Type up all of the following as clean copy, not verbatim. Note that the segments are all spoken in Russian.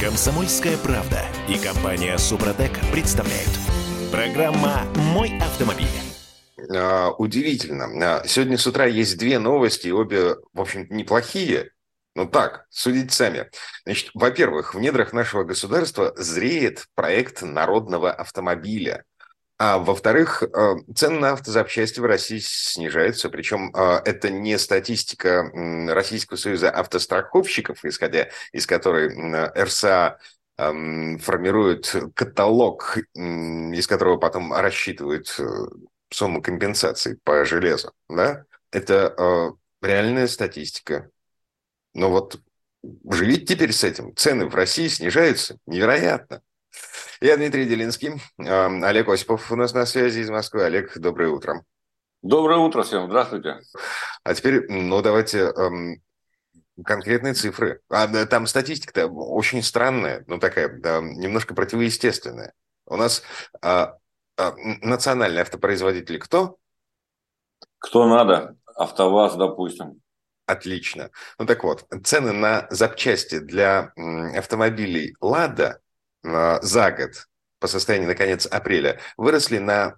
Комсомольская правда и компания Супротек представляют. Программа «Мой автомобиль». Удивительно. Сегодня с утра есть две новости, и обе, в общем-то, неплохие. Ну так, судите сами. Значит, во-первых, в недрах нашего государства зреет проект народного автомобиля. А во-вторых, цены на автозапчасти в России снижаются. Причем это не статистика Российского союза автостраховщиков, исходя из которой РСА формирует каталог, из которого потом рассчитывают сумму компенсаций по железу. Да? Это реальная статистика. Но вот живите теперь с этим. Цены в России снижаются. Невероятно. Я Дмитрий Делинский. Олег Осипов у нас на связи из Москвы. Олег, доброе утро. Доброе утро всем, здравствуйте. А теперь, давайте конкретные цифры. Там статистика-то очень странная, такая, немножко противоестественная. У нас национальный автопроизводитель кто? Кто надо? АвтоВАЗ, допустим. Отлично. Так вот, цены на запчасти для автомобилей «Лада» за год по состоянию на конец апреля выросли на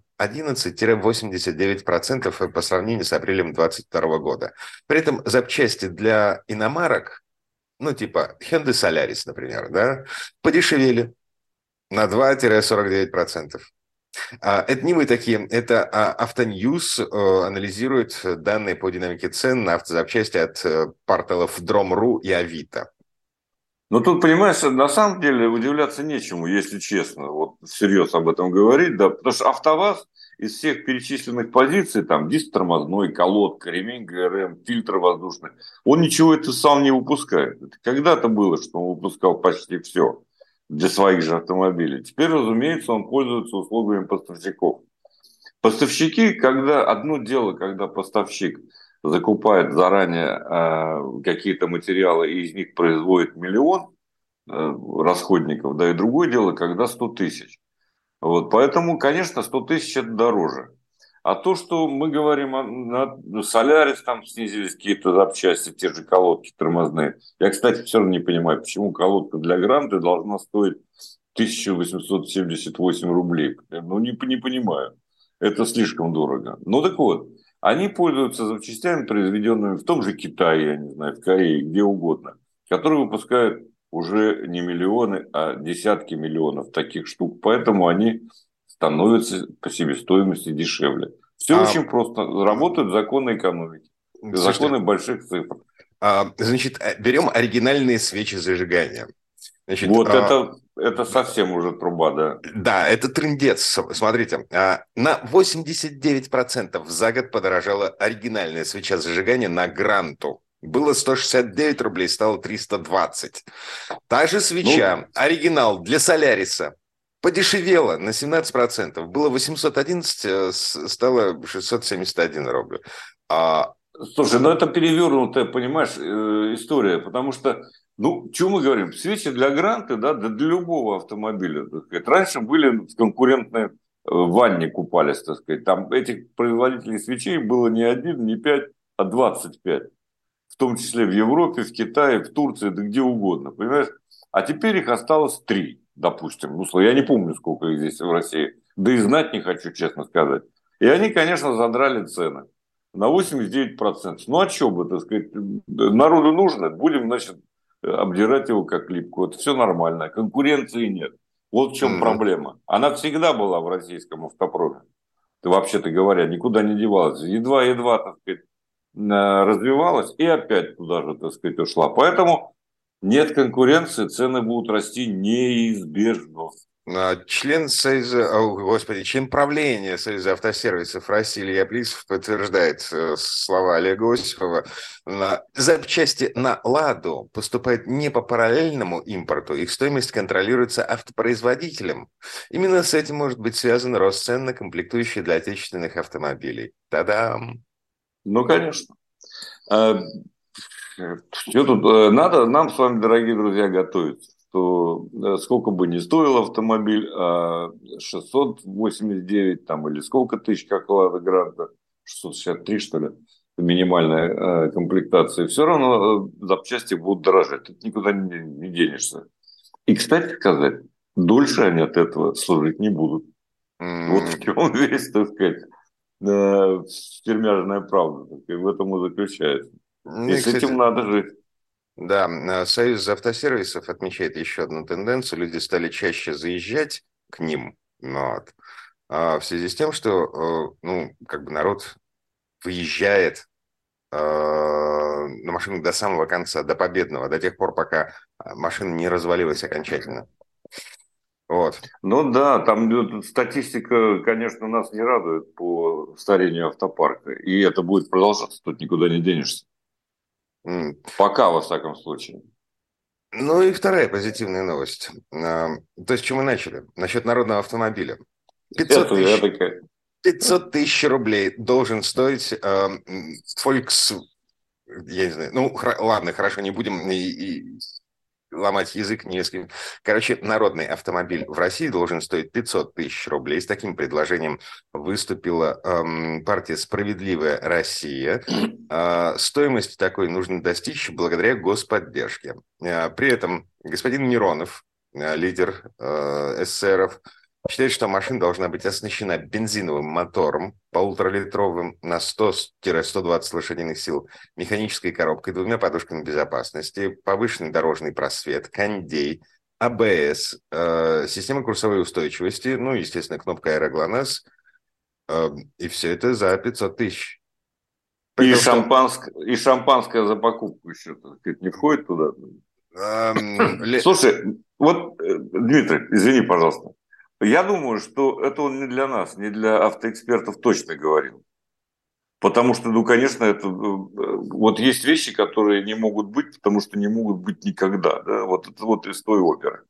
11-89% по сравнению с апрелем 2022 года. При этом запчасти для иномарок, типа Hyundai Solaris, например, да, подешевели на 2-49%. Это не мы такие, это Автоньюз анализирует данные по динамике цен на автозапчасти от порталов Drom.ru и Авито. Ну, тут, понимаешь, на самом деле удивляться нечему, если честно, вот всерьез об этом говорить, да, потому что АвтоВАЗ из всех перечисленных позиций, там, диск тормозной, колодка, ремень ГРМ, фильтр воздушный, он ничего это сам не выпускает. Это когда-то было, что он выпускал почти все для своих же автомобилей. Теперь, разумеется, он пользуется услугами поставщиков. Поставщики, одно дело, когда поставщик закупает заранее какие-то материалы и из них производит миллион расходников, да, и другое дело, когда 100 тысяч. Вот, поэтому, конечно, 100 тысяч это дороже. А то, что мы говорим на Солярис, там снизились какие-то запчасти, те же колодки тормозные. Я, кстати, все равно не понимаю, почему колодка для Гранты должна стоить 1878 рублей. Не понимаю. Это слишком дорого. Ну так вот, они пользуются запчастями, произведенными в том же Китае, я не знаю, в Корее, где угодно, которые выпускают уже не миллионы, а десятки миллионов таких штук. Поэтому они становятся по себестоимости дешевле. Все очень просто. Работают законы экономики, законы больших цифр. Значит, берем оригинальные свечи зажигания. Значит, вот это совсем уже труба, да. Да, это трындец. Смотрите, на 89% за год подорожала оригинальная свеча зажигания на Гранту. Было 169 рублей, стало 320. Та же свеча, оригинал для Соляриса, подешевела на 17%. Было 811, стало 671 рубль. Слушай, это перевернутая, понимаешь, история, потому что, что мы говорим, свечи для Гранты, да для любого автомобиля, так сказать. Раньше были в конкурентной ванне купались, так сказать, там этих производителей свечей было не один, не 5, а 25, в том числе в Европе, в Китае, в Турции, да где угодно, понимаешь, а теперь их осталось 3, допустим, я не помню, сколько их здесь в России, да и знать не хочу, честно сказать, и они, конечно, задрали цены на 89%. А что бы, так сказать, народу нужно, будем, значит, обдирать его как липку. Это все нормально, конкуренции нет. Вот в чем проблема. Она всегда была в российском автопроме. Вообще-то говоря, никуда не девалась. Едва-едва, так сказать, развивалась и опять туда же, так сказать, ушла. Поэтому нет конкуренции, цены будут расти неизбежно. Член правления Союза автосервисов России Илья Плисов подтверждает слова Олега Осипова. Запчасти на «Ладу» поступают не по параллельному импорту, их стоимость контролируется автопроизводителем. Именно с этим может быть связан рост цен на комплектующие для отечественных автомобилей. Та-дам! Конечно. Что тут? Надо нам с вами, дорогие друзья, готовиться. Что сколько бы ни стоил автомобиль, 689 там, или сколько тысяч, как Лада Гранта, 663, что ли, минимальная комплектация, все равно запчасти будут дорожать. Тут никуда не денешься. И, кстати сказать, дольше они от этого служить не будут. Вот в чем весь, так сказать, сермяжная правда. И в этом и заключается. И Ну и, с этим кстати, надо жить. да, Союз автосервисов отмечает еще одну тенденцию. Люди стали чаще заезжать к ним, вот, в связи с тем, что, ну, как бы народ выезжает на машину до самого конца, до победного, до тех пор, пока машина не развалилась окончательно. Вот. Ну да, там статистика, конечно, нас не радует по старению автопарка. И это будет продолжаться, тут никуда не денешься. М. Пока, во всяком случае. Ну и вторая позитивная новость. То, с чем мы начали. Насчет народного автомобиля. 500 тысяч, Это 500 тысяч рублей должен стоить Volks... Я не знаю. Ну, ладно, хорошо, не будем и ломать язык нескольким. Короче, народный автомобиль в России должен стоить 500 тысяч рублей. С таким предложением выступила партия «Справедливая Россия». Стоимость такой нужно достичь благодаря господдержке. При этом господин Миронов, лидер эсеров, считает, что машина должна быть оснащена бензиновым мотором, 1,5-литровым на 100-120 лошадиных сил, механической коробкой, 2 подушками безопасности, повышенный дорожный просвет, кондей, АБС, система курсовой устойчивости, ну, естественно, кнопка аэроглонасс, и все это за 500 тысяч. При и, том, что, и шампанское за покупку еще, так сказать, не входит туда. Слушай, вот, Дмитрий, извини, пожалуйста. Я думаю, что это он не для нас, не для автоэкспертов точно говорил. Потому что, ну, конечно, это вот есть вещи, которые не могут быть, потому что не могут быть никогда. Да? Вот это вот из той оперы.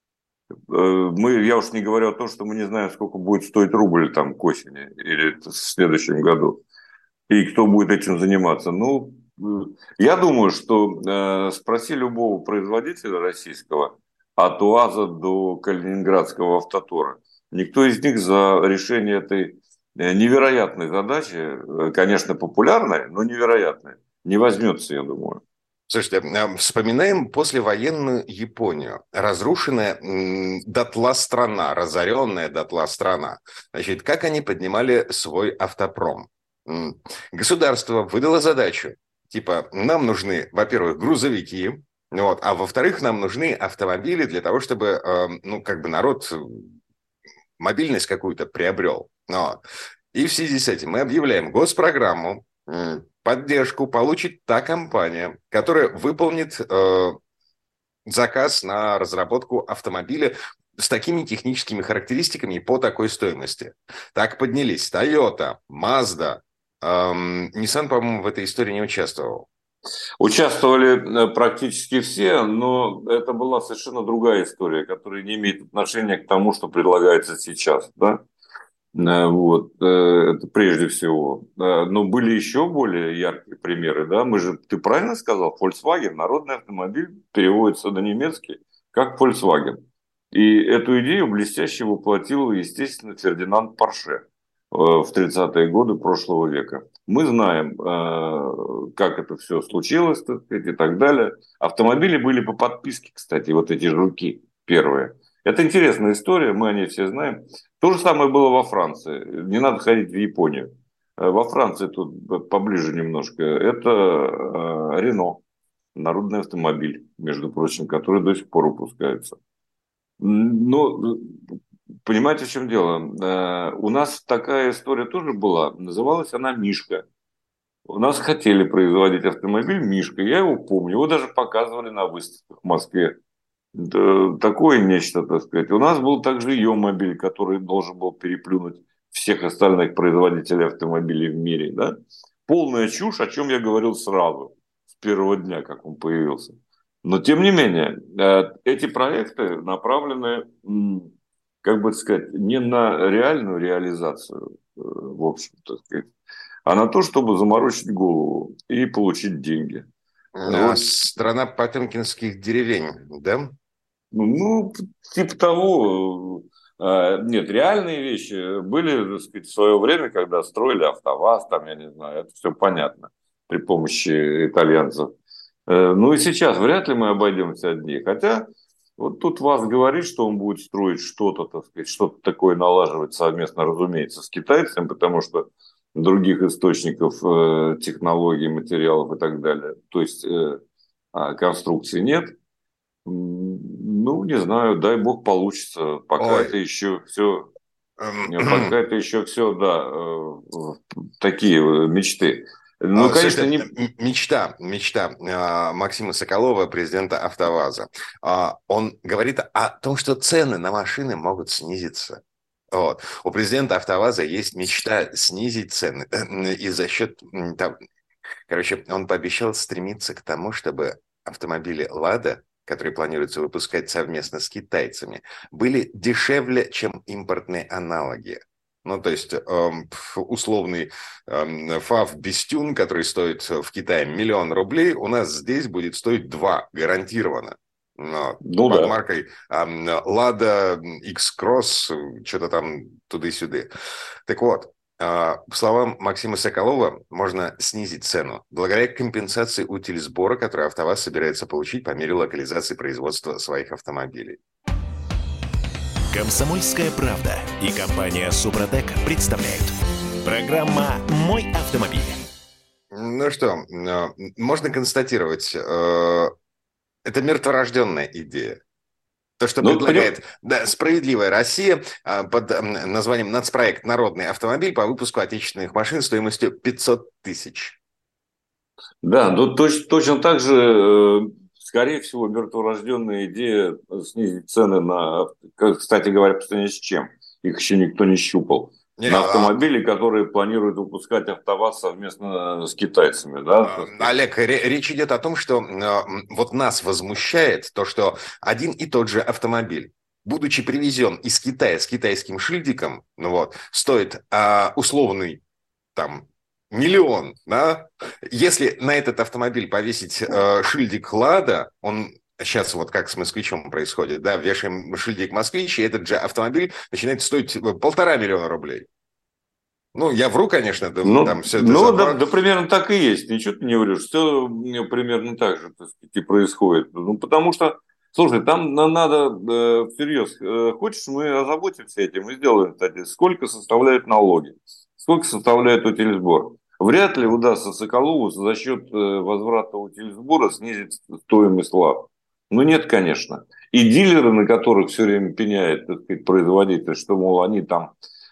Я уж не говорю о том, что мы не знаем, сколько будет стоить рубль там к осени или в следующем году. И кто будет этим заниматься. Ну, я думаю, что спроси любого производителя российского, от УАЗа до Калининградского автотора. Никто из них за решение этой невероятной задачи, конечно, популярной, но невероятной, не возьмется, я думаю. Слушайте, вспоминаем послевоенную Японию. Разрушенная дотла страна, разоренная дотла страна. Значит, как они поднимали свой автопром? Государство выдало задачу. Типа, нам нужны, во-первых, грузовики, вот, а во-вторых, нам нужны автомобили для того, чтобы, ну, как бы народ мобильность какую-то приобрел. Вот. И в связи с этим мы объявляем госпрограмму. Поддержку получит та компания, которая выполнит заказ на разработку автомобиля с такими техническими характеристиками и по такой стоимости. Так поднялись Toyota, Mazda. Nissan, по-моему, в этой истории не участвовал. Участвовали практически все, но это была совершенно другая история, которая не имеет отношения к тому, что предлагается сейчас. Да? Вот, это прежде всего. Но были еще более яркие примеры. Да? Ты правильно сказал, Volkswagen, народный автомобиль, переводится на немецкий как Volkswagen. И эту идею блестяще воплотил, естественно, Фердинанд Порше в 30-е годы прошлого века. Мы знаем, как это все случилось, так сказать, и так далее. Автомобили были по подписке, кстати, вот эти жуки первые. Это интересная история, мы о ней все знаем. То же самое было во Франции. Не надо ходить в Японию. Во Франции тут поближе немножко. Это Рено, народный автомобиль, между прочим, который до сих пор выпускается. Но понимаете, в чем дело? У нас такая история тоже была. Называлась она «Мишка». У нас хотели производить автомобиль «Мишка». Я его помню. Его даже показывали на выставках в Москве. Такое нечто, так сказать. У нас был также «Йомобиль», который должен был переплюнуть всех остальных производителей автомобилей в мире. Да? Полная чушь, о чем я говорил сразу, с первого дня, как он появился. Но, тем не менее, эти проекты направлены, как бы сказать, не на реальную реализацию, в общем, так сказать, а на то, чтобы заморочить голову и получить деньги. Вот. Страна потемкинских деревень, да? Ну, типа того. Нет, реальные вещи были, так сказать, в свое время, когда строили АвтоВАЗ, там, я не знаю, это все понятно, при помощи итальянцев. Ну и сейчас вряд ли мы обойдемся одни. Хотя Вот тут ВАЗ говорит, что он будет строить что-то, так сказать, что-то такое налаживать совместно, разумеется, с китайцами, потому что других источников технологий, материалов и так далее, то есть конструкции нет. Ну, не знаю, дай бог получится. Пока Ой, это еще все, эм, пока это еще все, да, такие мечты. Ну, конечно, слушайте, не... мечта Максима Соколова, президента АвтоВАЗа. Он говорит о том, что цены на машины могут снизиться. Вот. У президента АвтоВАЗа есть мечта снизить цены. И за счет короче, он пообещал стремиться к тому, чтобы автомобили «Лада», которые планируется выпускать совместно с китайцами, были дешевле, чем импортные аналоги. Ну, то есть условный ФАВ Бестюн, который стоит в Китае 1 000 000 рублей, у нас здесь будет стоить 2, гарантированно. Но Ну под да. маркой Лада X-Cross, что-то там туда-сюда. Так вот, по словам Максима Соколова, можно снизить цену благодаря компенсации утильсбора, которую АвтоВАЗ собирается получить по мере локализации производства своих автомобилей. «Комсомольская правда» и компания «Супротек» представляют. Программа «Мой автомобиль». Ну что, можно констатировать, это мертворожденная идея. То, что Ну, предлагает «Справедливая Россия» под названием «Нацпроект Народный автомобиль» по выпуску отечественных машин стоимостью 500 тысяч. да, ну точно так же, скорее всего, мертворожденная идея снизить цены на, кстати говоря, по сравнению с чем? Их еще никто не щупал. Не, На автомобили, которые планируют выпускать АвтоВАЗ совместно с китайцами, да, так сказать. Олег, речь идет о том, что вот нас возмущает то, что один и тот же автомобиль, будучи привезен из Китая с китайским шильдиком, ну вот, стоит условный там 1 000 000, да? Если на этот автомобиль повесить шильдик «Лада», он сейчас вот как с «Москвичом» происходит, да, вешаем шильдик «Москвич», и этот же автомобиль начинает стоить 1,5 миллиона рублей. Ну, я вру, конечно, там все это Ну да, забрал. да, примерно так и есть. Ничего ты не врешь. Все примерно так же, так сказать, и происходит. Ну, потому что, слушай, там надо всерьез. Хочешь, мы озаботимся этим и сделаем, кстати, сколько составляют налоги, сколько составляет утильсбор. Вряд ли удастся Соколову за счет возврата утильсбора снизить стоимость лав. Ну нет, конечно. И дилеры, на которых все время пеняет, так сказать, производитель, что, мол, они там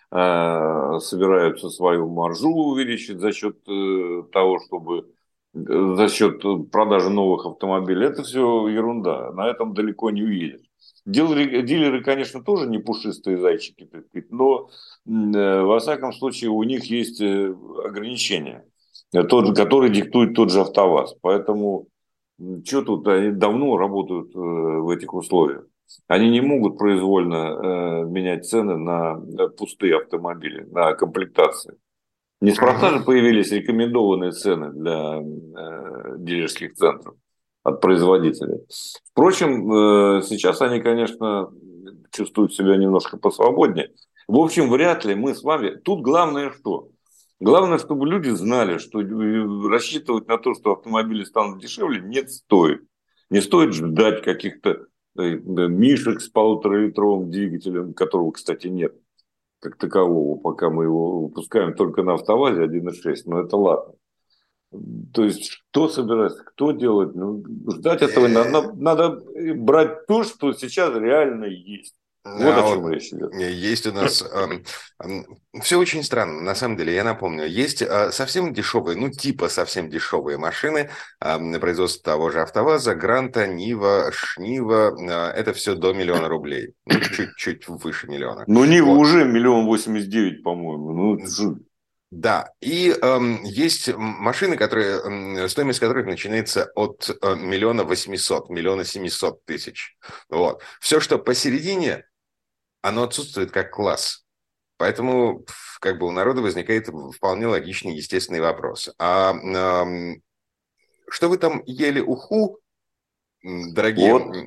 собираются свою маржу увеличить за счет того, чтобы за счет продажи новых автомобилей. Это все ерунда. На этом далеко не уедешь. Дилеры, конечно, тоже не пушистые зайчики, так сказать, но во всяком случае у них есть ограничения, которые диктует тот же АвтоВАЗ. Поэтому что тут, они давно работают в этих условиях. Они не могут произвольно менять цены на пустые автомобили, на комплектации. Неспроста же появились рекомендованные цены для дилерских центров от производителей. Впрочем, сейчас они, конечно, чувствуют себя немножко посвободнее. В общем, вряд ли мы с вами... Тут главное что? Главное, чтобы люди знали, что рассчитывать на то, что автомобили станут дешевле, не стоит. Не стоит ждать каких-то мишек с 1,5-литровым двигателем, которого, кстати, нет как такового, пока мы его выпускаем только на АвтоВАЗе 1.6, но это ладно. То есть, что собирается, кто делает? Ну, ждать этого надо брать то, что сейчас реально есть. Вот о чем речь идет. Есть у нас... все очень странно, на самом деле, я напомню. Есть совсем дешевые, ну, типа совсем дешевые машины на производство того же АвтоВАЗа, Гранта, Нива, Шнива. Это все до 1 000 000 рублей. Ну, чуть-чуть выше 1 000 000. Ну, Нива Вот. уже 1,89 000, по-моему. Ну, Да, и есть машины, которые, стоимость которых начинается от 1 800 000, 1 700 000. Вот. Все, что посередине, оно отсутствует как класс. Поэтому как бы у народа возникает вполне логичный, естественный вопрос. Что вы там ели уху, дорогие? вот.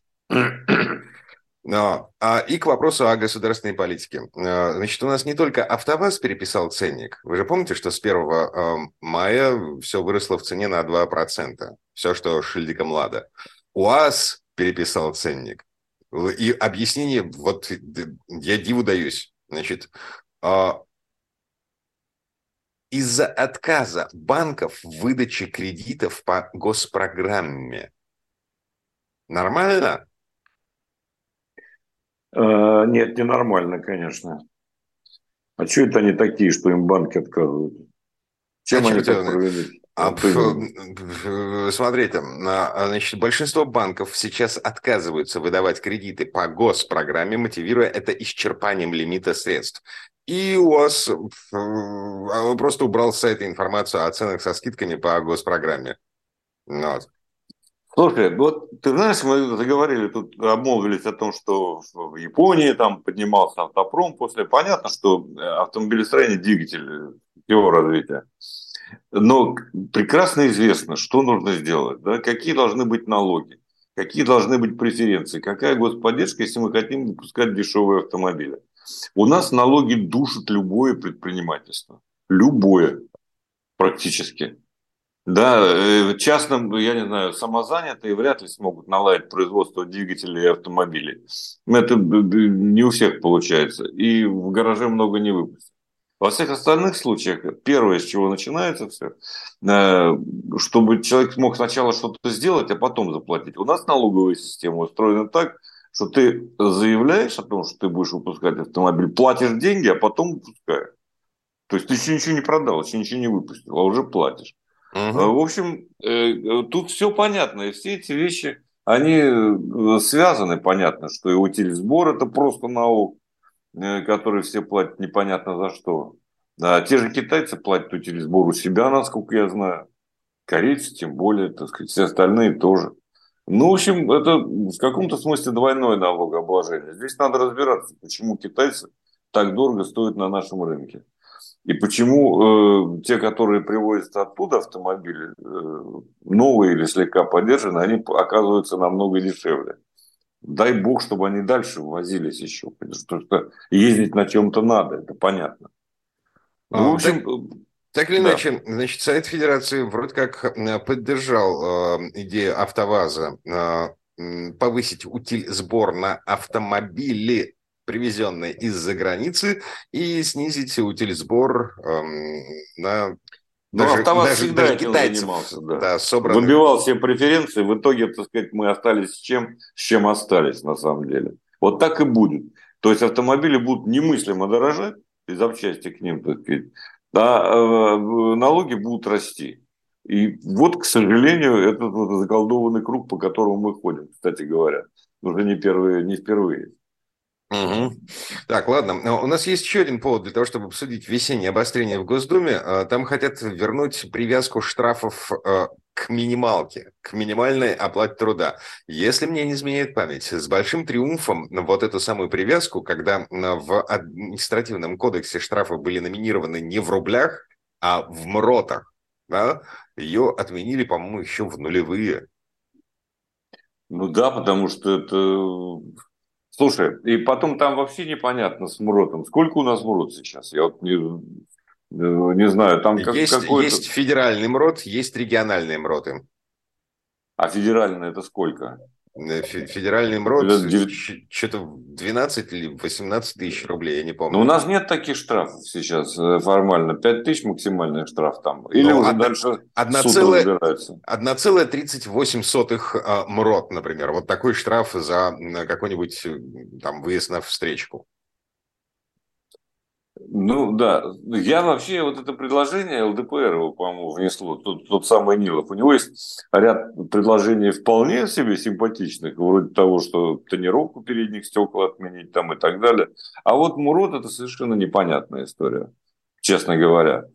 И к вопросу о государственной политике. Значит, у нас не только АвтоВАЗ переписал ценник. Вы же помните, что с 1 мая все выросло в цене на 2%. Все, что с шильдиком «Лада». УАЗ переписал ценник. И объяснение, вот я диву даюсь. Значит, из-за отказа банков в выдаче кредитов по госпрограмме. Нормально? Нет, ненормально, конечно. А что это они такие, что им банки отказывают? А Чем они черт его так знает. провинились? Вот именно. Смотрите, значит, большинство банков сейчас отказываются выдавать кредиты по госпрограмме, мотивируя это исчерпанием лимита средств. И у вас просто убрал с сайта информацию о ценах со скидками по госпрограмме. Вот. Слушай, вот ты знаешь, мы заговорили, тут обмолвились о том, что в Японии там поднимался автопром после. Понятно, что автомобилестроение – двигатель его развития. Но прекрасно известно, что нужно сделать, да? Какие должны быть налоги, какие должны быть преференции, какая господдержка, если мы хотим выпускать дешевые автомобили. У нас налоги душат любое предпринимательство. Любое практически. Да, частным, я не знаю, самозанятые вряд ли смогут наладить производство двигателей и автомобилей. Это не у всех получается. И в гараже много не выпустят. Во всех остальных случаях, первое, с чего начинается все, чтобы человек смог сначала что-то сделать, а потом заплатить. У нас налоговая система устроена так, что ты заявляешь о том, что ты будешь выпускать автомобиль, платишь деньги, а потом выпускаешь. То есть ты еще ничего не продал, еще ничего не выпустил, а уже платишь. В общем, тут все понятно, и все эти вещи, они связаны, понятно, что и утилизбор – это просто налог, который все платят непонятно за что. А те же китайцы платят утилизбор у себя, насколько я знаю, корейцы тем более, так сказать, все остальные тоже. Ну, в общем, это в каком-то смысле двойное налогообложение. Здесь надо разбираться, почему китайцы так дорого стоят на нашем рынке. И почему те, которые привозят оттуда автомобили, новые или слегка подержанные, они оказываются намного дешевле. Дай бог, чтобы они дальше возились еще, потому что ездить на чем-то надо, это понятно. Ну, в Так, общем, так или да. иначе, значит, Совет Федерации вроде как поддержал идею АвтоВАЗа повысить сбор на автомобили, привезенные из-за границы, и снизить утилизбор на Ну, АвтоВАЗ всегда даже этим китайцев, занимался, да. да, собранных. Выбивал все преференции, в итоге, так сказать, мы остались с чем остались на самом деле. Вот так и будет. То есть автомобили будут немыслимо дорожать, и запчасти к ним, так сказать, а налоги будут расти. И вот, к сожалению, этот вот заколдованный круг, по которому мы ходим, кстати говоря, уже не впервые. Мгм. Так, ладно. У нас есть еще один повод для того, чтобы обсудить весеннее обострение в Госдуме. Там хотят вернуть привязку штрафов к минималке, к минимальной оплате труда. Если мне не изменяет память, с большим триумфом вот эту самую привязку, когда в административном кодексе штрафы были номинированы не в рублях, а в МРОТах, да, ее отменили, по-моему, еще в нулевые. Ну да, потому что это... Слушай, и потом там вообще непонятно с МРОТом. Сколько у нас МРОТ сейчас? Я вот не знаю, там какой-то... Есть федеральный МРОТ, есть региональные МРОТы. А федеральный это сколько? Федеральный МРОТ Это что-то 12 или 18 тысяч рублей, я не Но у помню. нас нет таких штрафов сейчас формально. 5 тысяч максимальный штраф там. Или Но уже дальше суд разбирается. 1,38 МРОТ, например. Вот такой штраф за какой-нибудь там выезд на встречку. Ну да, я вообще вот это предложение ЛДПР его, по-моему, внесло, тот самый Нилов. У него есть ряд предложений вполне себе симпатичных, вроде того, что тонировку передних стекол отменить там и так далее. А вот Мурод это совершенно непонятная история, честно говоря.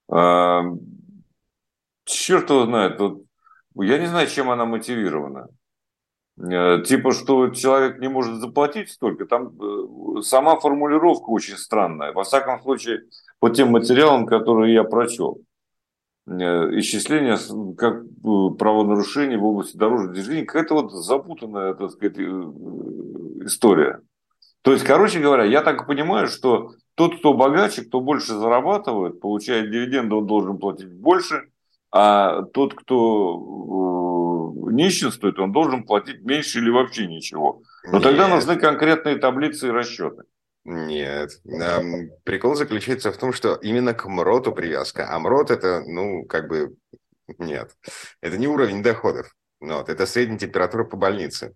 Черт его знает, вот, я не знаю, чем она мотивирована. Типа, что человек не может заплатить столько, там сама формулировка очень странная. Во всяком случае, по тем материалам, которые я прочел. Исчисление как правонарушений в области дорожного движения, какая-то вот запутанная, так сказать, история. То есть, короче говоря, я так понимаю, что тот, кто богаче, кто больше зарабатывает, получает дивиденды, он должен платить больше, а тот, кто нищенствует, он должен платить меньше или вообще ничего. Но тогда Нет, нужны конкретные таблицы и расчеты. нет. Прикол заключается в том, что именно к МРОТу привязка. А МРОТ это, ну, как бы, нет. Это не уровень доходов. Вот, это средняя температура по больнице.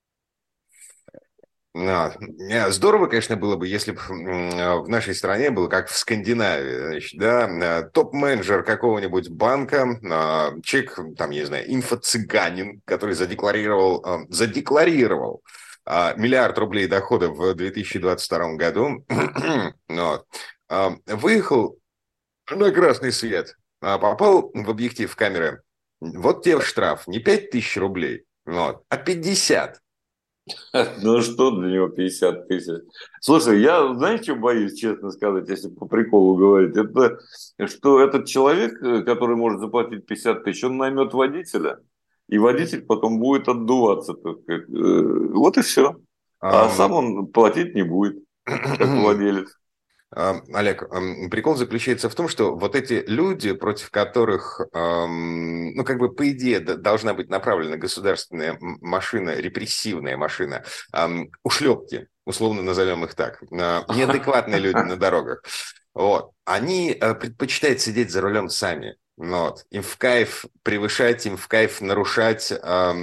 Здорово, конечно, было бы, если бы в нашей стране было как в Скандинавии, значит, да, топ-менеджер какого-нибудь банка, человек, там, не знаю, инфо-цыганин, который задекларировал миллиард рублей доходов в 2022 году, вот, выехал на красный свет, попал в объектив камеры, вот тебе штраф, не 5000 рублей, вот, а 50. Ну что для него 50 тысяч? Слушай, я, знаешь, что боюсь, честно сказать, если по приколу говорить? Это что этот человек, который может заплатить 50 тысяч, он наймет водителя, и водитель потом будет отдуваться. Так сказать. Вот и все. А сам он платить не будет, как владелец. Олег, прикол заключается в том, что вот эти люди, против которых, ну, как бы, по идее, должна быть направлена государственная машина, репрессивная машина, ушлепки, условно назовем их так, неадекватные люди на дорогах, вот, они предпочитают сидеть за рулем сами. Вот. Им в кайф превышать, им в кайф нарушать.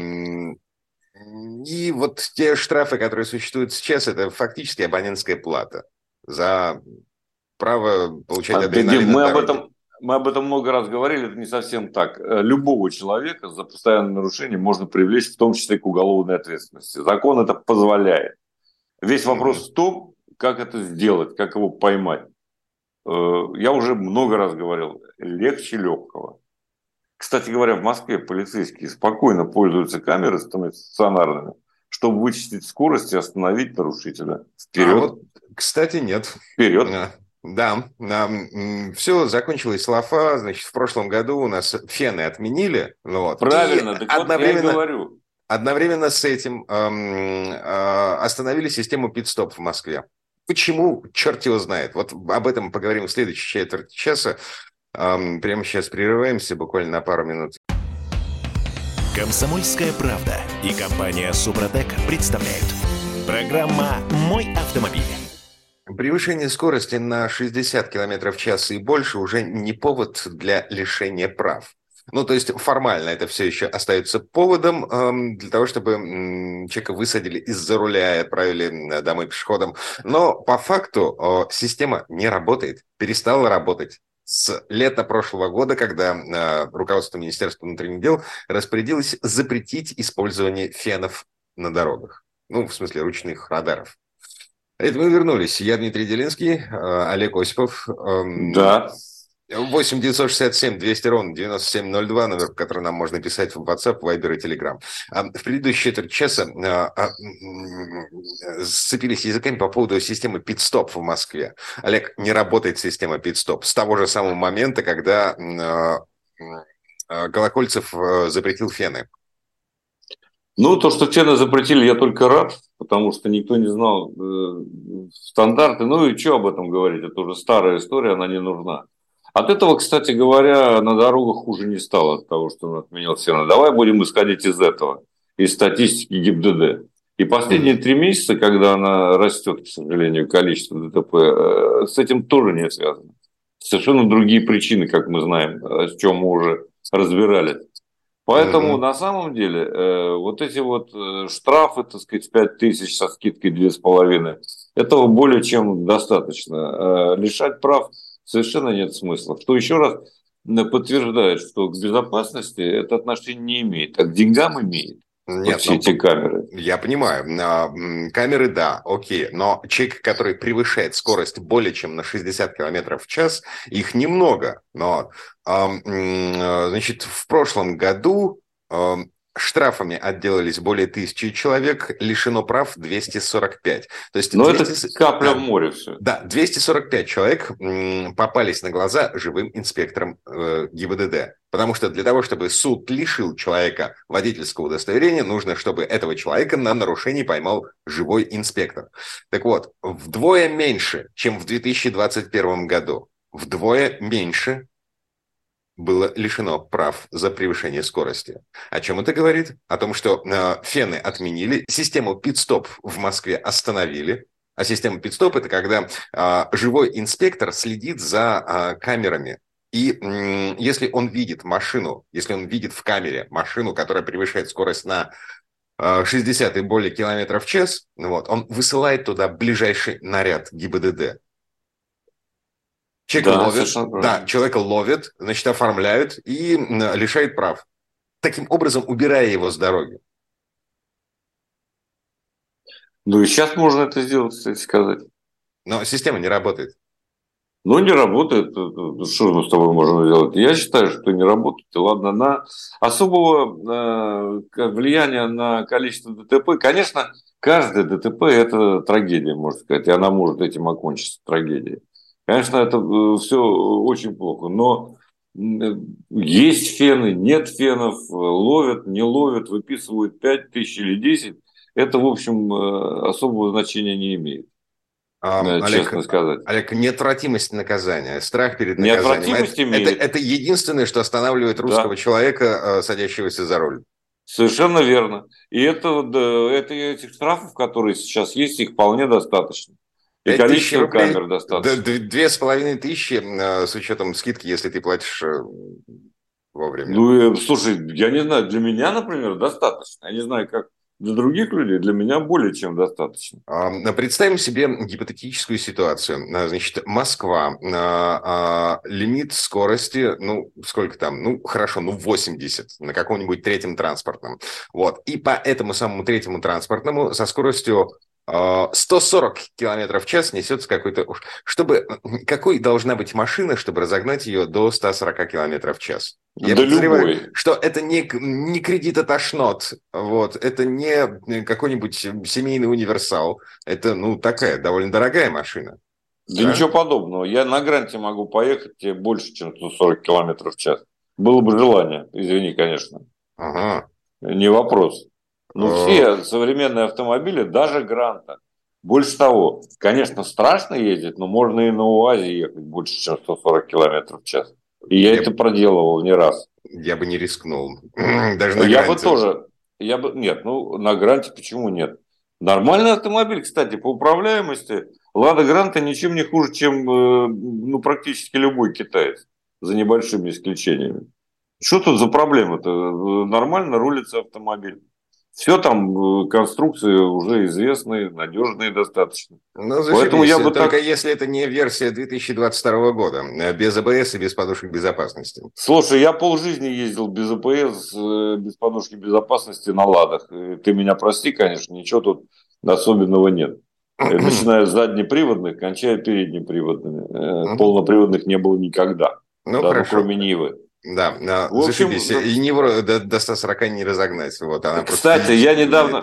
И вот те штрафы, которые существуют сейчас, это фактически абонентская плата за право получать Дим, адреналин от дороги. мы об этом много раз говорили, это не совсем так. Любого человека за постоянное нарушение можно привлечь, в том числе к уголовной ответственности. Закон это позволяет. Весь вопрос в том, как это сделать, как его поймать. Я уже много раз говорил, легче легкого. Кстати говоря, в Москве полицейские спокойно пользуются камерами стационарными, чтобы вычислить скорость и остановить нарушителя. Вперед. А вот, кстати, нет. Вперед. Да, все закончилось лафа, значит, в прошлом году у нас фены отменили. Вот, правильно, и так вот я и говорю. Одновременно с этим остановили систему пит-стоп в Москве. Почему? Черт его знает. Вот об этом поговорим в следующей четверти часа. Прямо сейчас прерываемся буквально на пару минут. «Комсомольская правда» и компания «Супротек» представляют. Программа «Мой автомобиль». Превышение скорости на 60 км в час и больше уже не повод для лишения прав. Ну, то есть формально это все еще остается поводом для того, чтобы человека высадили из-за руля и отправили домой пешеходом. Но по факту система не работает, перестала работать с лета прошлого года, когда руководство Министерства внутренних дел распорядилось запретить использование фенов на дорогах. Ну, в смысле, ручных радаров. Это мы вернулись. Я Дмитрий Делинский, Олег Осипов. Да. 8 967 200 ровно 9702, номер, по которому нам можно писать в WhatsApp, Viber и Telegram. В предыдущие четверть часа сцепились языками по поводу системы пит-стоп в Москве. Олег, не работает система пит-стоп с того же самого момента, когда Колокольцев запретил фены. Ну, то, что фены запретили, я только рад, потому что никто не знал стандарты. Ну и что об этом говорить? Это уже старая история, она не нужна. От этого, кстати говоря, на дорогах хуже не стало от того, что он отменил фены. Давай будем исходить из этого, из статистики ГИБДД. И последние 3 месяца, когда она растет, к сожалению, количество ДТП, с этим тоже не связано. Совершенно другие причины, как мы знаем, с чем мы уже разбирались. Поэтому на самом деле вот эти вот штрафы, так сказать, 5000 со скидкой 2,5, этого более чем достаточно. Лишать прав совершенно нет смысла. Что еще раз подтверждает, что к безопасности это отношение не имеет, а к деньгам имеет. Нет, вот все эти камеры. Я понимаю. Камеры, да, окей. Но человек, который превышает скорость более чем на 60 км в час, их немного. Но, значит, в прошлом году штрафами отделались более 1000 человек, лишено прав 245. То есть 200... это капля в море все. Да, 245 человек попались на глаза живым инспекторам ГИБДД. Потому что для того, чтобы суд лишил человека водительского удостоверения, нужно, чтобы этого человека на нарушении поймал живой инспектор. Так вот, вдвое меньше, чем в 2021 году. Вдвое меньше было лишено прав за превышение скорости. О чем это говорит? О том, что фены отменили, систему пит-стоп в Москве остановили. А система пит-стоп – это когда живой инспектор следит за камерами. И если он видит машину, если он видит в камере машину, которая превышает скорость на 60 и более километров в час, вот, он высылает туда ближайший наряд ГИБДД. Человека ловят, да, человека ловят, значит, оформляют и лишают прав. Таким образом, убирая его с дороги. Ну и сейчас можно это сделать, кстати сказать. Но система не работает. Ну, не работает. Что мы с тобой можем сделать? Я считаю, что не работает. И ладно, на особого влияния на количество ДТП, конечно, каждое ДТП – это трагедия, можно сказать, и она может этим окончиться трагедией. Конечно, это все очень плохо, но есть фены, нет фенов, ловят, не ловят, выписывают 5 тысяч или 10. Это, в общем, особого значения не имеет. Честно сказать. Олег, неотвратимость наказания, страх перед наказанием. Это единственное, что останавливает русского человека, садящегося за руль. Совершенно верно. И этих штрафов, которые сейчас есть, их вполне достаточно. И количество камер достаточно. 2500 с учетом скидки, если ты платишь вовремя. Ну, слушай, я не знаю, для меня, например, достаточно. Я не знаю, как для других людей, для меня более чем достаточно. Представим себе гипотетическую ситуацию. Значит, Москва, лимит скорости, ну, сколько там, ну, хорошо, 80 на каком-нибудь третьем транспортном. Вот. И по этому самому третьему транспортному со скоростью 140 километров в час несется какой-то... Какой должна быть машина, чтобы разогнать ее до 140 километров в час? Я подозреваю, что это не кредит от Ашнот, вот, это не какой-нибудь семейный универсал, это, такая довольно дорогая машина. Да ничего подобного. Я на Гранте могу поехать больше, чем 140 километров в час. Было бы желание, извини, конечно. Ага. Не вопрос. Все современные автомобили, даже Гранта. Больше того, конечно, страшно ездить, но можно и на УАЗе ехать больше, чем 140 километров в час. И я это проделывал не раз. Я бы не рискнул. Даже на Гранте. Я бы тоже. Нет, на Гранте почему нет? Нормальный автомобиль, кстати, по управляемости. Лада Гранта ничем не хуже, чем практически любой китаец. За небольшими исключениями. Что тут за проблема-то? Нормально рулится автомобиль. Все там, конструкции уже известные, надежные достаточно. Поэтому я бы только если это не версия 2022 года, без АБС и без подушек безопасности. Слушай, я полжизни ездил без АБС, без подушки безопасности на Ладах. Ты меня прости, конечно, ничего тут особенного нет. Начиная с заднеприводных, кончая переднеприводными. Полноприводных не было никогда. Кроме Нивы. Да, зашибись. И Ниву до 140 не разогнать. Вот, она кстати, я недавно,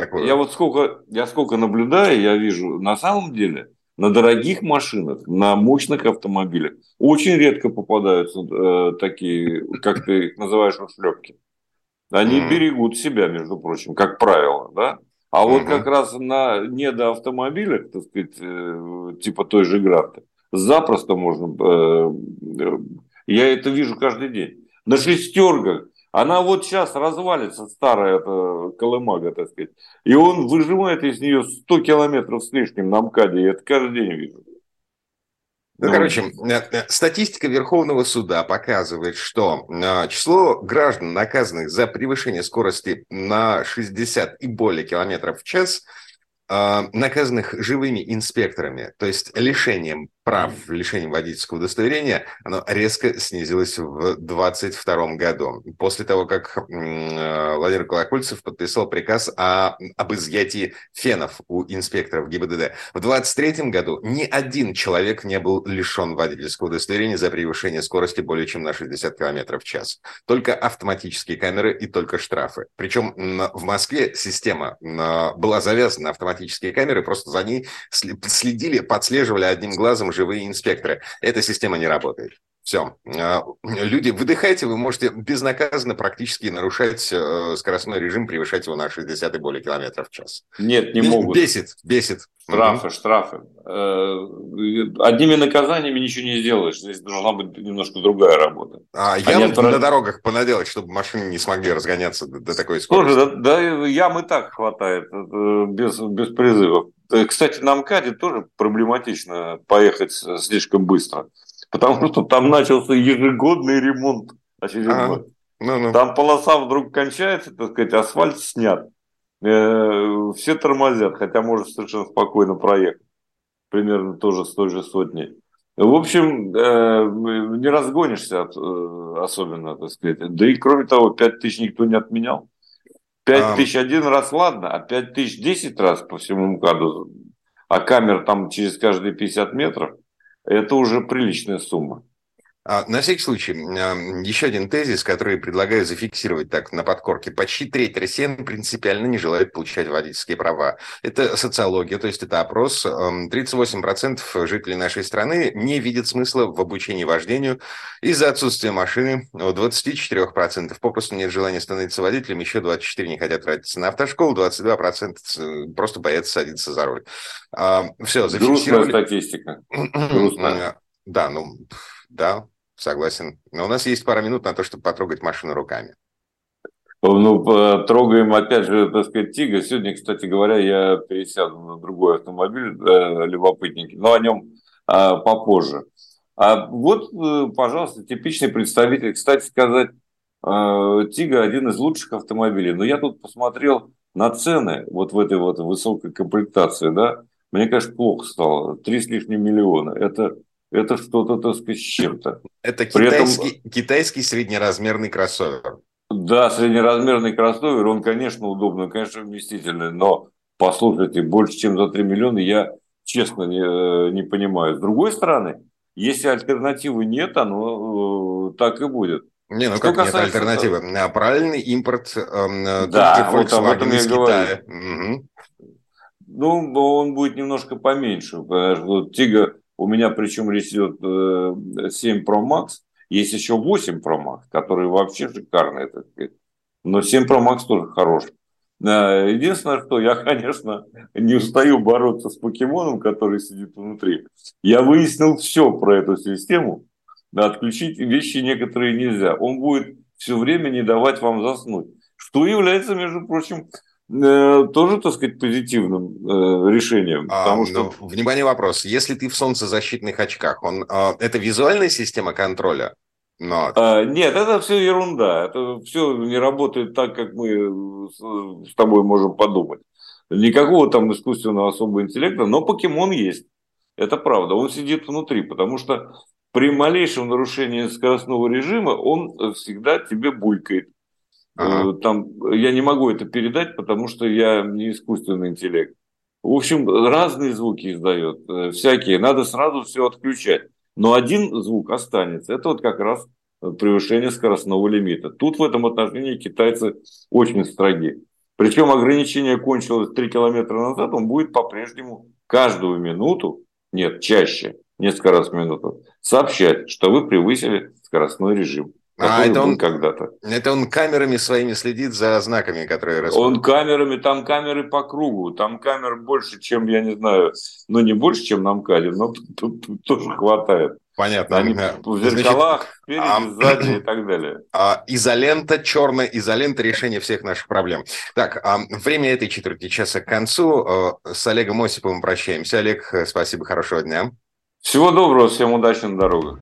я сколько наблюдаю, я вижу, на самом деле, на дорогих машинах, на мощных автомобилях очень редко попадаются такие, как ты их называешь, ушлепки. Они берегут себя, между прочим, как правило, да? А вот как раз на недоавтомобилях, так сказать, типа той же Гранты, запросто можно... Я это вижу каждый день. На шестерках. Она вот сейчас развалится, старая эта колымага, так сказать. И он выжимает из нее 100 километров с лишним на МКАДе. Я это каждый день вижу. Короче, статистика Верховного суда показывает, что число граждан, наказанных за превышение скорости на 60 и более километров в час, наказанных живыми инспекторами, то есть лишением прав, лишением водительского удостоверения, оно резко снизилось в 2022 году. После того, как Владимир Колокольцев подписал приказ об изъятии фенов у инспекторов ГИБДД. В 2023 году ни один человек не был лишен водительского удостоверения за превышение скорости более чем на 60 км в час. Только автоматические камеры и только штрафы. Причем в Москве система была завязана на автоматические камеры, просто за ней следили, подслеживали одним глазом живые инспекторы. Эта система не работает. Все. Люди, выдыхайте, вы можете безнаказанно практически нарушать скоростной режим, превышать его на 60 и более километров в час. Нет, не могут. Бесит. Штрафы. Одними наказаниями ничего не сделаешь. Здесь должна быть немножко другая работа. Ямы на дорогах понаделать, чтобы машины не смогли разгоняться до такой скорости. Тоже, да, ям и так хватает, без призывов. Кстати, на МКАДе тоже проблематично поехать слишком быстро. Потому что там начался ежегодный ремонт очередной. Там полоса вдруг кончается, так сказать, асфальт снят. Все тормозят, хотя можно совершенно спокойно проехать. Примерно тоже с той же сотней. В общем, не разгонишься особенно, так сказать. Да и кроме того, 5000 никто не отменял. 5000 один раз, ладно, а 5000 10 раз по всему МКАДу. А камер там через каждые 50 метров. Это уже приличная сумма. На всякий случай, еще один тезис, который предлагаю зафиксировать так на подкорке. Почти треть россиян принципиально не желают получать водительские права. Это социология, то есть это опрос. 38% жителей нашей страны не видят смысла в обучении вождению из-за отсутствия машины. У 24% попросту нет желания становиться водителем, еще 24% не хотят тратиться на автошколу, 22% просто боятся садиться за руль. Все, зафиксировали. Грустная статистика. Грустная. Да. Согласен. Но у нас есть пара минут на то, чтобы потрогать машину руками. Трогаем опять же, так сказать, Тига. Сегодня, кстати говоря, я пересяду на другой автомобиль, любопытненький, но о нем попозже. Пожалуйста, типичный представитель. Кстати сказать, Тига один из лучших автомобилей. Но я тут посмотрел на цены вот в этой вот высокой комплектации, да. Мне, конечно, плохо стало. 3 с лишним миллиона. Это что-то, так сказать, с чем-то. Это китайский среднеразмерный кроссовер. Да, среднеразмерный кроссовер, он, конечно, удобный, конечно, вместительный, но, послушайте, больше, чем за 3 миллиона я, честно, не понимаю. С другой стороны, если альтернативы нет, оно так и будет. Как касается... нет альтернативы? Правильный импорт Volkswagen из Китая. Он будет немножко поменьше, потому что Тига... У меня, причем, речь идет 7 Pro Max. Есть еще 8 Pro Max, которые вообще шикарные, так сказать. Но 7 Pro Max тоже хорош. Единственное, что я, конечно, не устаю бороться с покемоном, который сидит внутри. Я выяснил все про эту систему. Отключить вещи некоторые нельзя. Он будет все время не давать вам заснуть. Что является, между прочим, тоже, так сказать, позитивным решением. Потому что... Внимание, вопрос. Если ты в солнцезащитных очках, это визуальная система контроля? Нет, это все ерунда. Это все не работает так, как мы с тобой можем подумать. Никакого там искусственного особого интеллекта, но покемон есть. Это правда. Он сидит внутри, потому что при малейшем нарушении скоростного режима он всегда тебе булькает. Там, я не могу это передать, потому что я не искусственный интеллект. В общем, разные звуки издает, всякие. Надо сразу все отключать. Но один звук останется. Это вот как раз превышение скоростного лимита. Тут в этом отношении китайцы очень строги. Причем ограничение кончилось 3 километра назад, он будет по-прежнему каждую минуту, нет, несколько раз в минуту, сообщать, что вы превысили скоростной режим. Это он когда-то. Это он камерами своими следит за знаками, которые расходят. Он камерами, там камеры по кругу, там камер больше, чем, я не знаю, не больше, чем на МКАДе, но тут тоже хватает. Понятно. Они в зеркалах, спереди, сзади и так далее. Изолента, черная изолента, решение всех наших проблем. Так, время этой четверти часа к концу. С Олегом Осиповым прощаемся. Олег, спасибо, хорошего дня. Всего доброго, всем удачи на дорогах.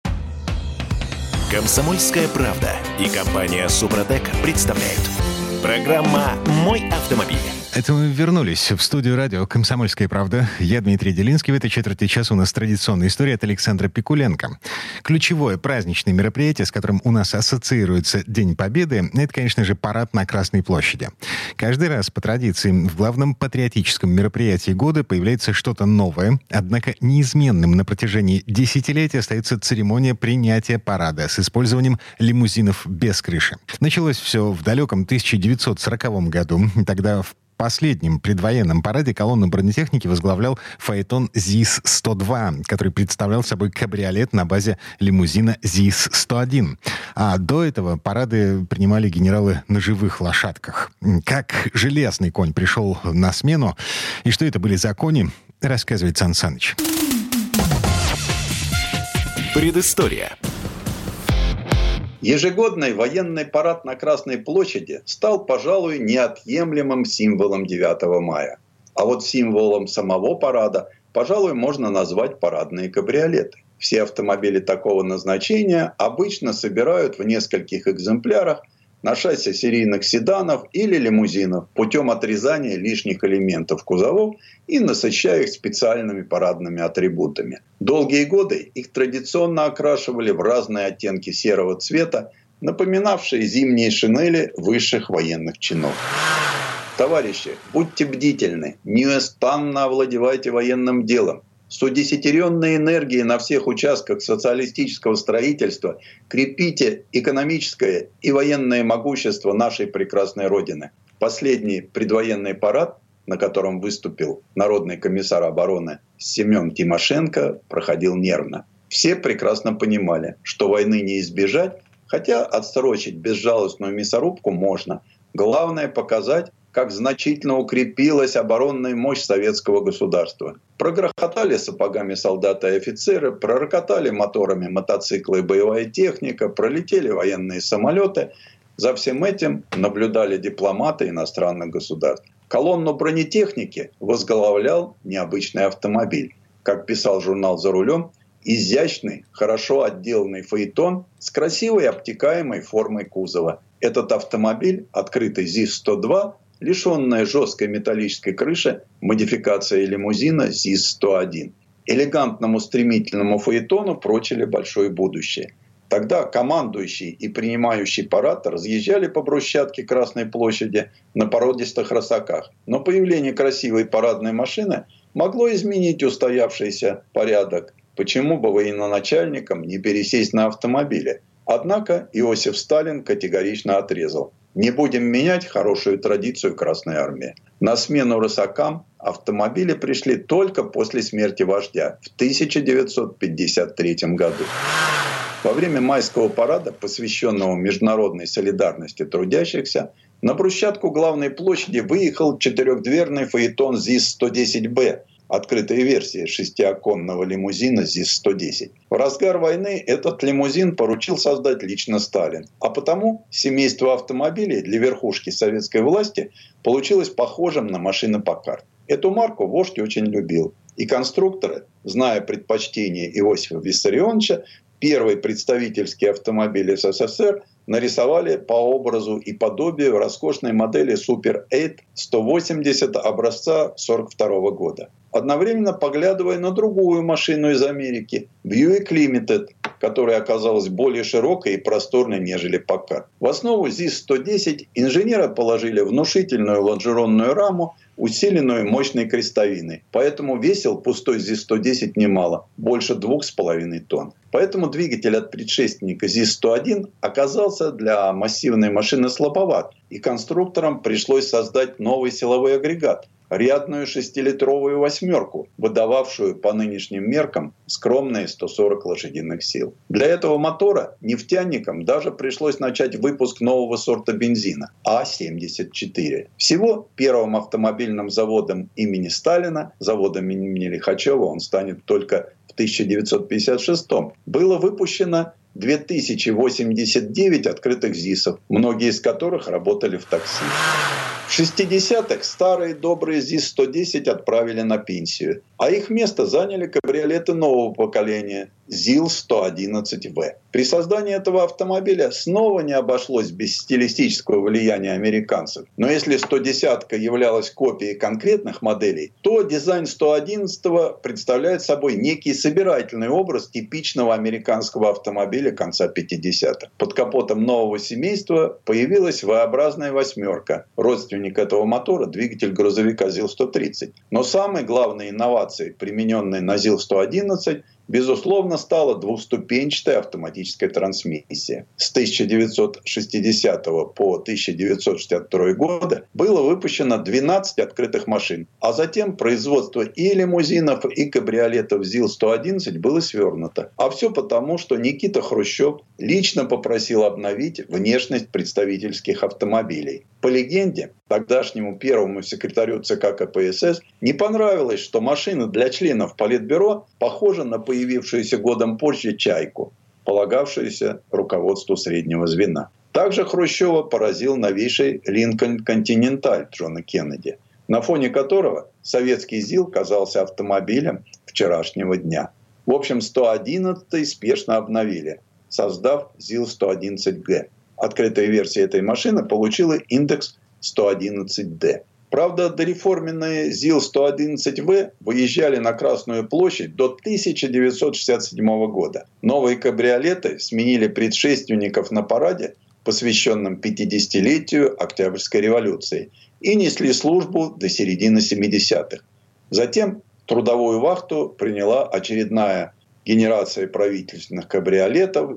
«Комсомольская правда» и компания «Супротек» представляют. Программа «Мой автомобиль». Это мы вернулись в студию радио «Комсомольская правда». Я Дмитрий Делинский. В этой четверти часа у нас традиционная история от Александра Пикуленко. Ключевое праздничное мероприятие, с которым у нас ассоциируется День Победы, это, конечно же, парад на Красной площади. Каждый раз по традиции в главном патриотическом мероприятии года появляется что-то новое. Однако неизменным на протяжении десятилетий остается церемония принятия парада с использованием лимузинов без крыши. Началось все в далеком 1940 году. Тогда в последнем предвоенном параде колонну бронетехники возглавлял фаэтон ЗИС-102, который представлял собой кабриолет на базе лимузина ЗИС-101. А до этого парады принимали генералы на живых лошадках. Как железный конь пришел на смену и что это были за кони, рассказывает Сан Саныч. Предыстория. Ежегодный военный парад на Красной площади стал, пожалуй, неотъемлемым символом 9 мая. А вот символом самого парада, пожалуй, можно назвать парадные кабриолеты. Все автомобили такого назначения обычно собирают в нескольких экземплярах на шасси серийных седанов или лимузинов путем отрезания лишних элементов кузовов и насыщая их специальными парадными атрибутами. Долгие годы их традиционно окрашивали в разные оттенки серого цвета, напоминавшие зимние шинели высших военных чинов. Товарищи, будьте бдительны, неустанно овладевайте военным делом. С удесятеренной энергией на всех участках социалистического строительства крепите экономическое и военное могущество нашей прекрасной Родины. Последний предвоенный парад, на котором выступил народный комиссар обороны Семен Тимошенко, проходил нервно. Все прекрасно понимали, что войны не избежать, хотя отсрочить безжалостную мясорубку можно. Главное показать, как значительно укрепилась оборонная мощь советского государства. Прогрохотали сапогами солдаты и офицеры, пророкотали моторами мотоциклы и боевая техника, пролетели военные самолеты. За всем этим наблюдали дипломаты иностранных государств. Колонну бронетехники возглавлял необычный автомобиль. Как писал журнал «За рулем», изящный, хорошо отделанный фаэтон с красивой обтекаемой формой кузова. Этот автомобиль, открытый ЗИС-102, лишенная жесткой металлической крыши, модификация лимузина ЗИС-101. Элегантному стремительному фаэтону прочили большое будущее. Тогда командующий и принимающий парад разъезжали по брусчатке Красной площади на породистых рысаках. Но появление красивой парадной машины могло изменить устоявшийся порядок. Почему бы военачальникам не пересесть на автомобили? Однако Иосиф Сталин категорично отрезал. Не будем менять хорошую традицию Красной Армии. На смену рысакам автомобили пришли только после смерти вождя в 1953 году. Во время майского парада, посвященного международной солидарности трудящихся, на брусчатку главной площади выехал четырехдверный фаэтон ЗИС-110Б, открытая версия шестиоконного лимузина ЗИС-110. В разгар войны этот лимузин поручил создать лично Сталин. А потому семейство автомобилей для верхушки советской власти получилось похожим на машины Паккард. Эту марку вождь очень любил. И конструкторы, зная предпочтения Иосифа Виссарионовича, первый представительский автомобиль СССР нарисовали по образу и подобию роскошной модели Super 8 180 образца 1942 года. Одновременно поглядывая на другую машину из Америки – Buick Limited, которая оказалась более широкой и просторной, нежели Packard. В основу ЗИС-110 инженеры положили внушительную лонжеронную раму, усиленную мощной крестовиной. Поэтому весил пустой ЗИС-110 немало – больше 2,5 тонн. Поэтому двигатель от предшественника ЗИС-101 оказался для массивной машины слабоват, и конструкторам пришлось создать новый силовой агрегат – рядную 6-литровую восьмерку, выдававшую по нынешним меркам скромные 140 лошадиных сил. Для этого мотора нефтяникам даже пришлось начать выпуск нового сорта бензина – А-74. Всего первым автомобильным заводом имени Сталина, заводом имени Лихачева, он станет только в 1956-м, было выпущено 2089 открытых ЗИСов, многие из которых работали в такси. В 60-х старые добрые ЗИС-110 отправили на пенсию, а их место заняли кабриолеты нового поколения ЗИЛ-111В. При создании этого автомобиля снова не обошлось без стилистического влияния американцев. Но если 110-ка являлась копией конкретных моделей, то дизайн 111-го представляет собой некий собирательный образ типичного американского автомобиля конца 50-х. Под капотом нового семейства появилась V-образная восьмерка. Родственник этого мотора – двигатель грузовика ЗИЛ-130. Но самой главной инновацией, примененной на ЗИЛ-111, безусловно, стала двухступенчатая автоматическая трансмиссия. С 1960 по 1962 годы было выпущено 12 открытых машин, а затем производство и лимузинов, и кабриолетов ЗИЛ-111 было свернуто. А все потому, что Никита Хрущев лично попросил обновить внешность представительских автомобилей. По легенде, тогдашнему первому секретарю ЦК КПСС не понравилось, что машина для членов Политбюро похожа на появившуюся годом позже «Чайку», полагавшуюся руководству среднего звена. Также Хрущева поразил новейший Линкольн Континенталь Джона Кеннеди, на фоне которого советский ЗИЛ казался автомобилем вчерашнего дня. В общем, 111-й спешно обновили, создав ЗИЛ-111Г. Открытая версия этой машины получила индекс 111D. Правда, дореформенные ЗИЛ-111В выезжали на Красную площадь до 1967 года. Новые кабриолеты сменили предшественников на параде, посвященном 50-летию Октябрьской революции, и несли службу до середины 70-х. Затем трудовую вахту приняла очередная генерация правительственных кабриолетов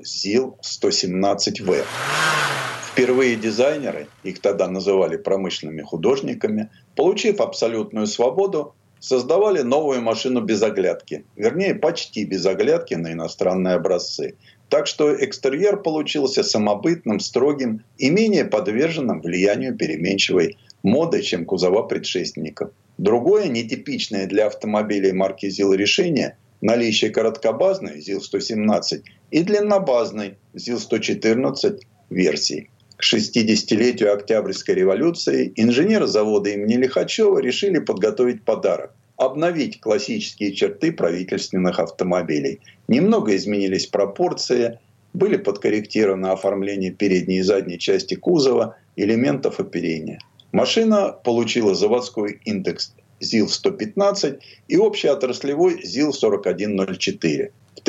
ЗИЛ-117В. Впервые дизайнеры, их тогда называли промышленными художниками, получив абсолютную свободу, создавали новую машину без оглядки. Вернее, почти без оглядки на иностранные образцы. Так что экстерьер получился самобытным, строгим и менее подверженным влиянию переменчивой моды, чем кузова предшественников. Другое, нетипичное для автомобилей марки ЗИЛ решение – наличие короткобазной ЗИЛ-117 и длиннобазной ЗИЛ-114 версий. К 60-летию Октябрьской революции инженеры завода имени Лихачева решили подготовить подарок – обновить классические черты правительственных автомобилей. Немного изменились пропорции, были подкорректированы оформление передней и задней части кузова, элементов оперения. Машина получила заводской индекс ЗИЛ-115 и общеотраслевой ЗИЛ-4104. В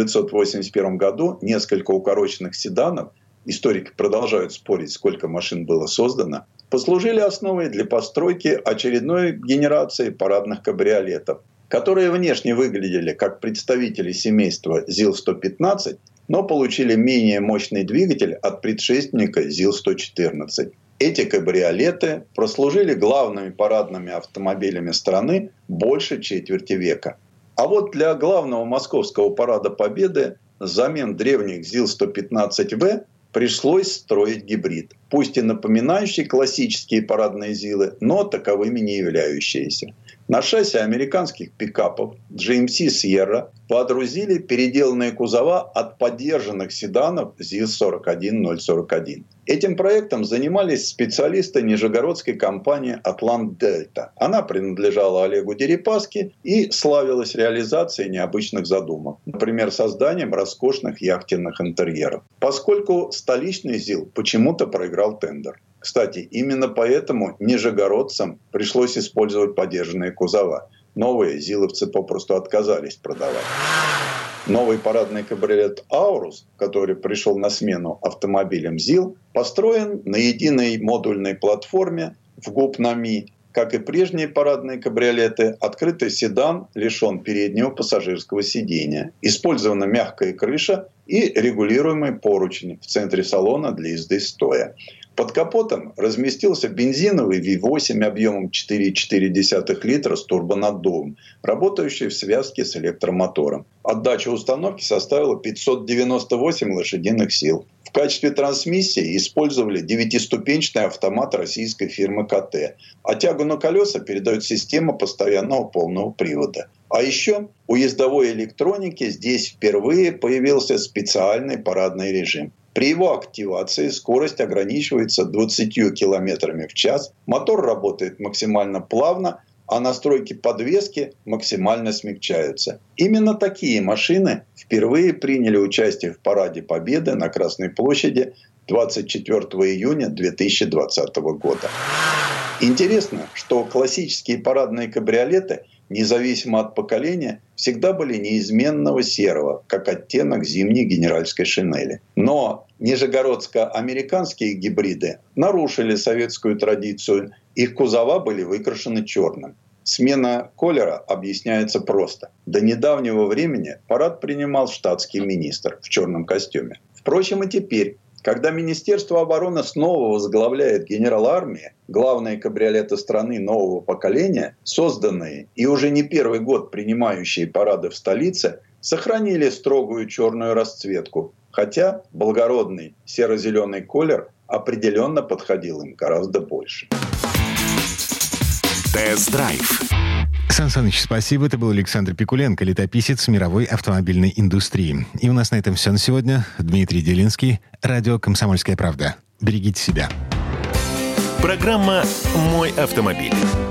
1981 году несколько укороченных седанов, историки продолжают спорить, сколько машин было создано, послужили основой для постройки очередной генерации парадных кабриолетов, которые внешне выглядели как представители семейства ЗИЛ-115, но получили менее мощный двигатель от предшественника ЗИЛ-114. Эти кабриолеты прослужили главными парадными автомобилями страны больше четверти века. А вот для главного московского парада Победы взамен древних ЗИЛ-115В пришлось строить гибрид, пусть и напоминающий классические парадные ЗИЛы, но таковыми не являющиеся. На шасси американских пикапов GMC Sierra водрузили переделанные кузова от подержанных седанов ЗИЛ-41041. Этим проектом занимались специалисты нижегородской компании «Атлант Дельта». Она принадлежала Олегу Дерипаске и славилась реализацией необычных задумок, например, созданием роскошных яхтенных интерьеров. Поскольку столичный ЗИЛ почему-то проиграл тендер. Кстати, именно поэтому нижегородцам пришлось использовать подержанные кузова. Новые зиловцы попросту отказались продавать. Новый парадный кабриолет «Аурус», который пришел на смену автомобилям ЗИЛ, построен на единой модульной платформе в ГУП-НАМИ. Как и прежние парадные кабриолеты, открытый седан лишен переднего пассажирского сидения. Использована мягкая крыша и регулируемый поручень в центре салона для езды стоя. Под капотом разместился бензиновый V8 объемом 4,4 литра с турбонаддувом, работающий в связке с электромотором. Отдача установки составила 598 лошадиных сил. В качестве трансмиссии использовали 9-ступенчатый автомат российской фирмы КТ, а тягу на колеса передает система постоянного полного привода. А еще у ездовой электроники здесь впервые появился специальный парадный режим. При его активации скорость ограничивается 20 км в час, мотор работает максимально плавно, а настройки подвески максимально смягчаются. Именно такие машины впервые приняли участие в Параде Победы на Красной площади 24 июня 2020 года. Интересно, что классические парадные кабриолеты, независимо от поколения, всегда были неизменного серого, как оттенок зимней генеральской шинели. Но нижегородско-американские гибриды нарушили советскую традицию, их кузова были выкрашены черным. Смена колера объясняется просто. До недавнего времени парад принимал штатский министр в черном костюме. Впрочем, и теперь, когда Министерство обороны снова возглавляет генерал армии, главные кабриолеты страны нового поколения, созданные и уже не первый год принимающие парады в столице, сохранили строгую черную расцветку, хотя благородный серо-зеленый колер определенно подходил им гораздо больше. Тест-драйв. Сан Саныч, спасибо. Это был Александр Пикуленко, летописец мировой автомобильной индустрии. И у нас на этом все на сегодня. Дмитрий Делинский, радио «Комсомольская правда». Берегите себя. Программа «Мой автомобиль».